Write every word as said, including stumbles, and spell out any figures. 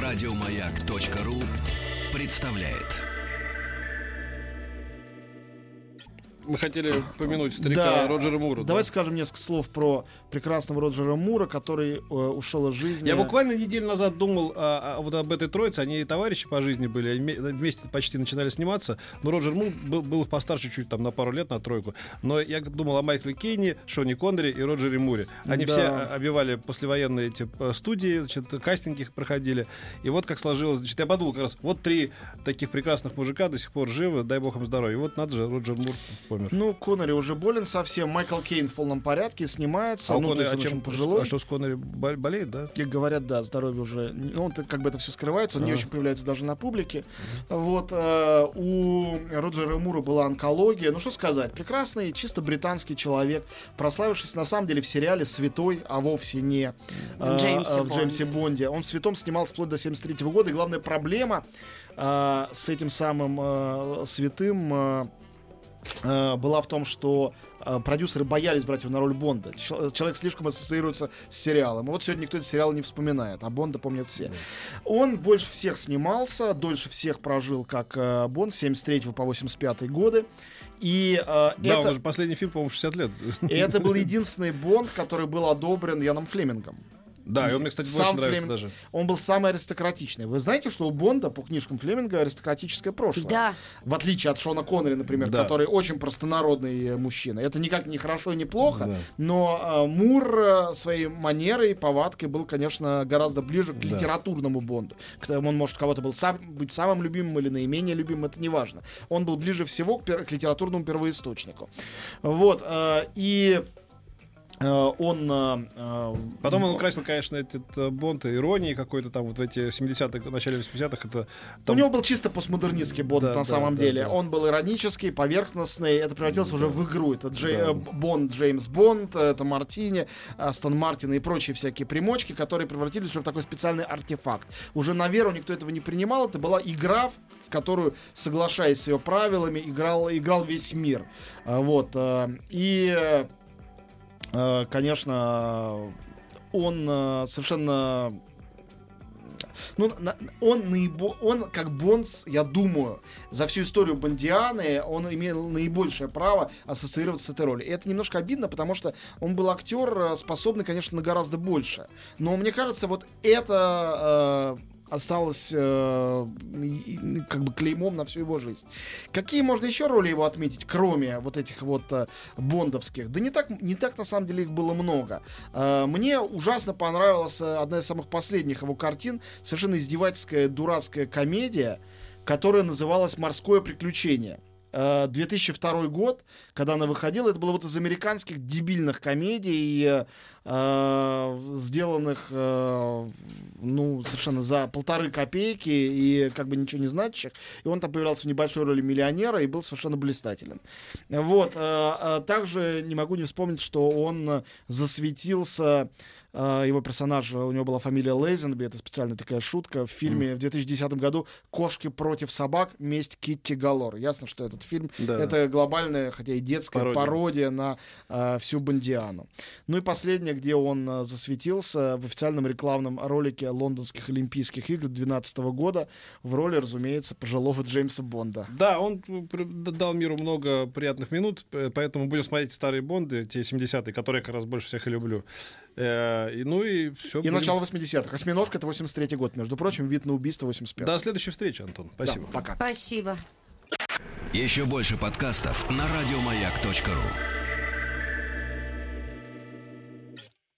Радиомаяк.ру представляет. Мы хотели помянуть старика да. Роджера Мура. Давайте да? скажем несколько слов про прекрасного Роджера Мура, который э, ушел из жизни. Я буквально неделю назад думал а, а, вот об этой троице. Они товарищи по жизни были, они вместе почти начинали сниматься. Но Роджер Мур был, был постарше чуть там на пару лет, на тройку. Но я думал о Майкле Кейне, Шоне Коннери и Роджере Муре. Они да. все обивали послевоенные эти студии, значит, кастинги их проходили. И вот как сложилось. Значит, я подумал как раз, вот три таких прекрасных мужика до сих пор живы, дай бог им здоровья. И вот надо же, Роджер Мур помер. Ну, Коннери уже болен совсем. Майкл Кейн в полном порядке, снимается. А, ну, Коннери, а, чем, пожилой. а что с Коннери болеет, да? Как говорят, да, здоровье уже. Ну, он как бы это все скрывается, он а. не очень появляется даже на публике. Mm-hmm. Вот э, у Роджера Мура была онкология. Ну, что сказать, прекрасный, чисто британский человек, прославившийся на самом деле в сериале «Святой», а вовсе не э, Джеймсе в Джеймсе Бонде. Он в «Святом» снимался вплоть до семьдесят третьего года. И главная проблема э, с этим самым э, «Святым» э, была в том, что э, продюсеры боялись брать его на роль Бонда. Ч- человек слишком ассоциируется с сериалом. И вот сегодня никто этот сериал не вспоминает, а Бонда помнят все. Mm. Он больше всех снимался, дольше всех прожил как э, Бонд, с семьдесят третьего по восемьдесят пятый годы. И, э, да, это, он же последний фильм, по-моему, шестьдесят лет. И это был единственный Бонд, который был одобрен Яном Флемингом. Да, и он мне, кстати, больше нравится Флеминг, даже. Он был самый аристократичный. Вы знаете, что у Бонда, по книжкам Флеминга, аристократическое прошлое? Да. В отличие от Шона Коннери, например, да. который очень простонародный мужчина. Это никак не хорошо и не плохо, да. но э, Мур э, своей манерой, повадкой был, конечно, гораздо ближе к да. литературному Бонду. Он, может, кого-то был сам, быть самым любимым или наименее любимым, это не важно. Он был ближе всего к, пер, к литературному первоисточнику. Вот. Э, и... Он... Э, Потом он украсил, конечно, этот э, Бонд иронии какой-то там вот в эти семидесятых, в начале восьмидесятых. Это, там... У него был чисто постмодернистский Бонд да, на да, самом да, деле. Да. Он был иронический, поверхностный. Это превратилось да. уже в игру. Это Джей... да. Бонд, Джеймс Бонд, это Мартини, Астон Мартин и прочие всякие примочки, которые превратились уже в такой специальный артефакт. Уже на веру никто этого не принимал. Это была игра, в которую, соглашаясь с ее правилами, играл, играл весь мир. Вот. И... Конечно, он совершенно... Ну, он, наибо... он как Бонд, я думаю, за всю историю Бондианы он имел наибольшее право ассоциироваться с этой ролью. И это немножко обидно, потому что он был актер, способный, конечно, на гораздо больше. Но мне кажется, вот это... осталось э, как бы клеймом на всю его жизнь. Какие можно еще роли его отметить, кроме вот этих вот э, бондовских? Да не так, не так на самом деле их было много. Э, мне ужасно понравилась одна из самых последних его картин, совершенно издевательская, дурацкая комедия, которая называлась «Морское приключение». две тысячи второй год, когда она выходила, это было вот из американских дебильных комедий, э, сделанных э, ну, совершенно за полторы копейки и как бы ничего не значащих. И он там появлялся в небольшой роли миллионера и был совершенно блистателен. Вот. Э, также не могу не вспомнить, что он засветился. Его персонаж, у него была фамилия Лейзенби, это специальная такая шутка в фильме mm. в две тысячи десятом году «Кошки против собак. Месть Китти Галор». Ясно, что этот фильм да. это глобальная, хотя и детская пародия, пародия на э, всю Бондиану. Ну и последнее, где он э, засветился в официальном рекламном ролике лондонских Олимпийских игр две тысячи двенадцатого года в роли, разумеется, пожилого Джеймса Бонда. Да, он дал миру много приятных минут, поэтому будем смотреть старые Бонды, те семидесятые, которые я как раз больше всех и люблю. И, ну и все. И будем... начало восьмидесятых. «Осьминожка» — это восемьдесят третий год, между прочим, «Вид на убийство» восемьдесят пятый. До следующей встречи, Антон. Спасибо. Да, пока. Спасибо. Еще больше подкастов на радиомаяк точка ру.